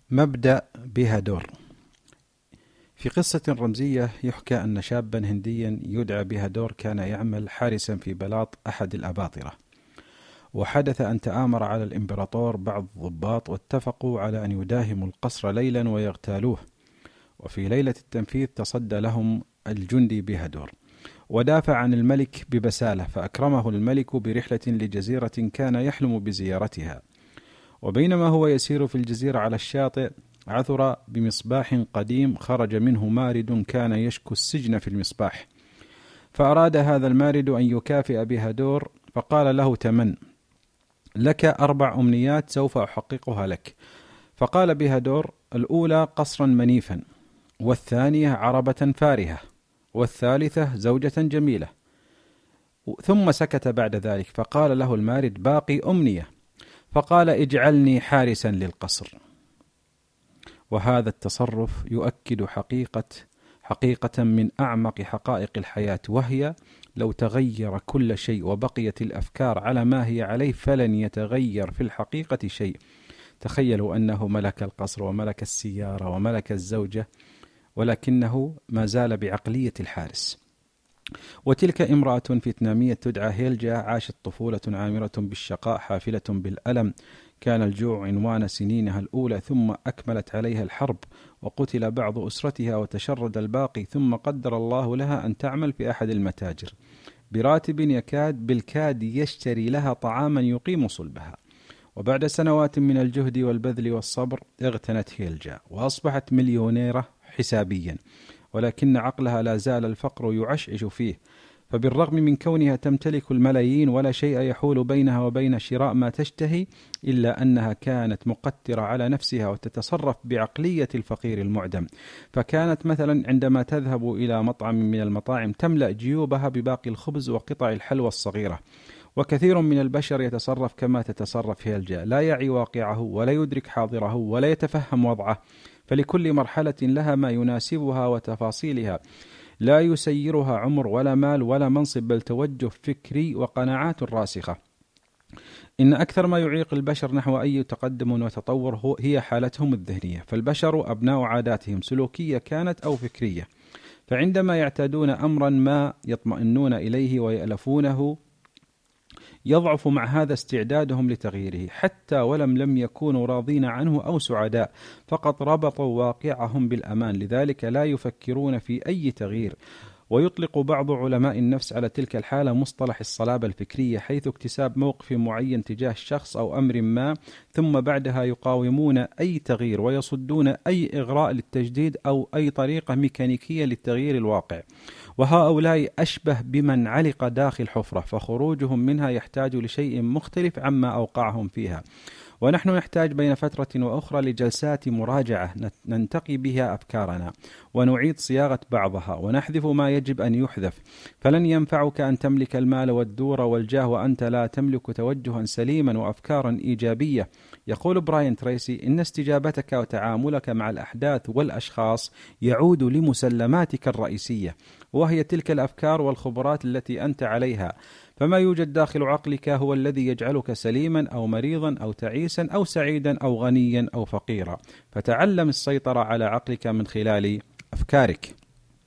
مبدأ بيهادور. في قصة رمزية يحكى أن شابا هنديا يدعى بيهادور كان يعمل حارسا في بلاط أحد الأباطرة، وحدث أن تآمر على الإمبراطور بعض الضباط واتفقوا على أن يداهموا القصر ليلا ويغتالوه. وفي ليلة التنفيذ تصدى لهم الجندي بيهادور ودافع عن الملك ببسالة، فأكرمه الملك برحلة لجزيرة كان يحلم بزيارتها. وبينما هو يسير في الجزيرة على الشاطئ عثر بمصباح قديم خرج منه مارد كان يشكو السجن في المصباح، فأراد هذا المارد أن يكافئ بيهادور فقال له: تمن لك 4 أمنيات سوف أحققها لك. فقال بيهادور: الأولى قصرا منيفا، والثانية عربة فارهة، والثالثة زوجة جميلة. ثم سكت بعد ذلك، فقال له المارد: باقي أمنية. فقال: اجعلني حارسا للقصر. وهذا التصرف يؤكد حقيقة من أعمق حقائق الحياة، وهي: لو تغير كل شيء وبقيت الأفكار على ما هي عليه فلن يتغير في الحقيقة شيء. تخيلوا أنه ملك القصر وملك السيارة وملك الزوجة، ولكنه ما زال بعقلية الحارس. وتلك امرأة فيتنامية تدعى هيلجا عاشت طفولة عامرة بالشقاء حافلة بالألم. كان الجوع عنوان سنينها الأولى، ثم أكملت عليها الحرب وقتل بعض أسرتها وتشرد الباقي، ثم قدر الله لها أن تعمل في أحد المتاجر براتب يكاد بالكاد يشتري لها طعاما يقيم صلبها. وبعد سنوات من الجهد والبذل والصبر اغتنت هيلجا وأصبحت مليونيرة حسابيا، ولكن عقلها لا زال الفقر يعشعش فيه. فبالرغم من كونها تمتلك الملايين ولا شيء يحول بينها وبين شراء ما تشتهي، إلا أنها كانت مقترة على نفسها وتتصرف بعقلية الفقير المعدم. فكانت مثلا عندما تذهب إلى مطعم من المطاعم تملأ جيوبها بباقي الخبز وقطع الحلوى الصغيرة. وكثير من البشر يتصرف كما تتصرف هيلجا، لا يعي واقعه ولا يدرك حاضره ولا يتفهم وضعه، فلكل مرحلة لها ما يناسبها وتفاصيلها، لا يسيرها عمر ولا مال ولا منصب، بل توجه فكري وقناعات راسخة. إن أكثر ما يعيق البشر نحو أي تقدم وتطور هي حالتهم الذهنية، فالبشر أبناء عاداتهم سلوكية كانت أو فكرية، فعندما يعتادون أمرا ما يطمئنون إليه ويألفونه، يضعف مع هذا استعدادهم لتغييره، حتى لم يكونوا راضين عنه أو سعداء، فقط ربطوا واقعهم بالأمان، لذلك لا يفكرون في أي تغيير. ويطلق بعض علماء النفس على تلك الحالة مصطلح الصلابة الفكرية، حيث اكتساب موقف معين تجاه شخص أو أمر ما، ثم بعدها يقاومون أي تغيير ويصدون أي إغراء للتجديد أو أي طريقة ميكانيكية للتغيير الواقع. وهؤلاء أشبه بمن علق داخل حفرة، فخروجهم منها يحتاج لشيء مختلف عما أوقعهم فيها. ونحن نحتاج بين فترة وأخرى لجلسات مراجعة ننتقي بها أفكارنا ونعيد صياغة بعضها ونحذف ما يجب أن يحذف. فلن ينفعك أن تملك المال والدور والجاه وأنت لا تملك توجها سليما وأفكارا إيجابية. يقول براين تريسي: إن استجابتك وتعاملك مع الأحداث والأشخاص يعود لمسلماتك الرئيسية، وهي تلك الأفكار والخبرات التي أنت عليها. فما يوجد داخل عقلك هو الذي يجعلك سليما أو مريضا أو تعيسا أو سعيدا أو غنيا أو فقيرا. فتعلم السيطرة على عقلك من خلال أفكارك.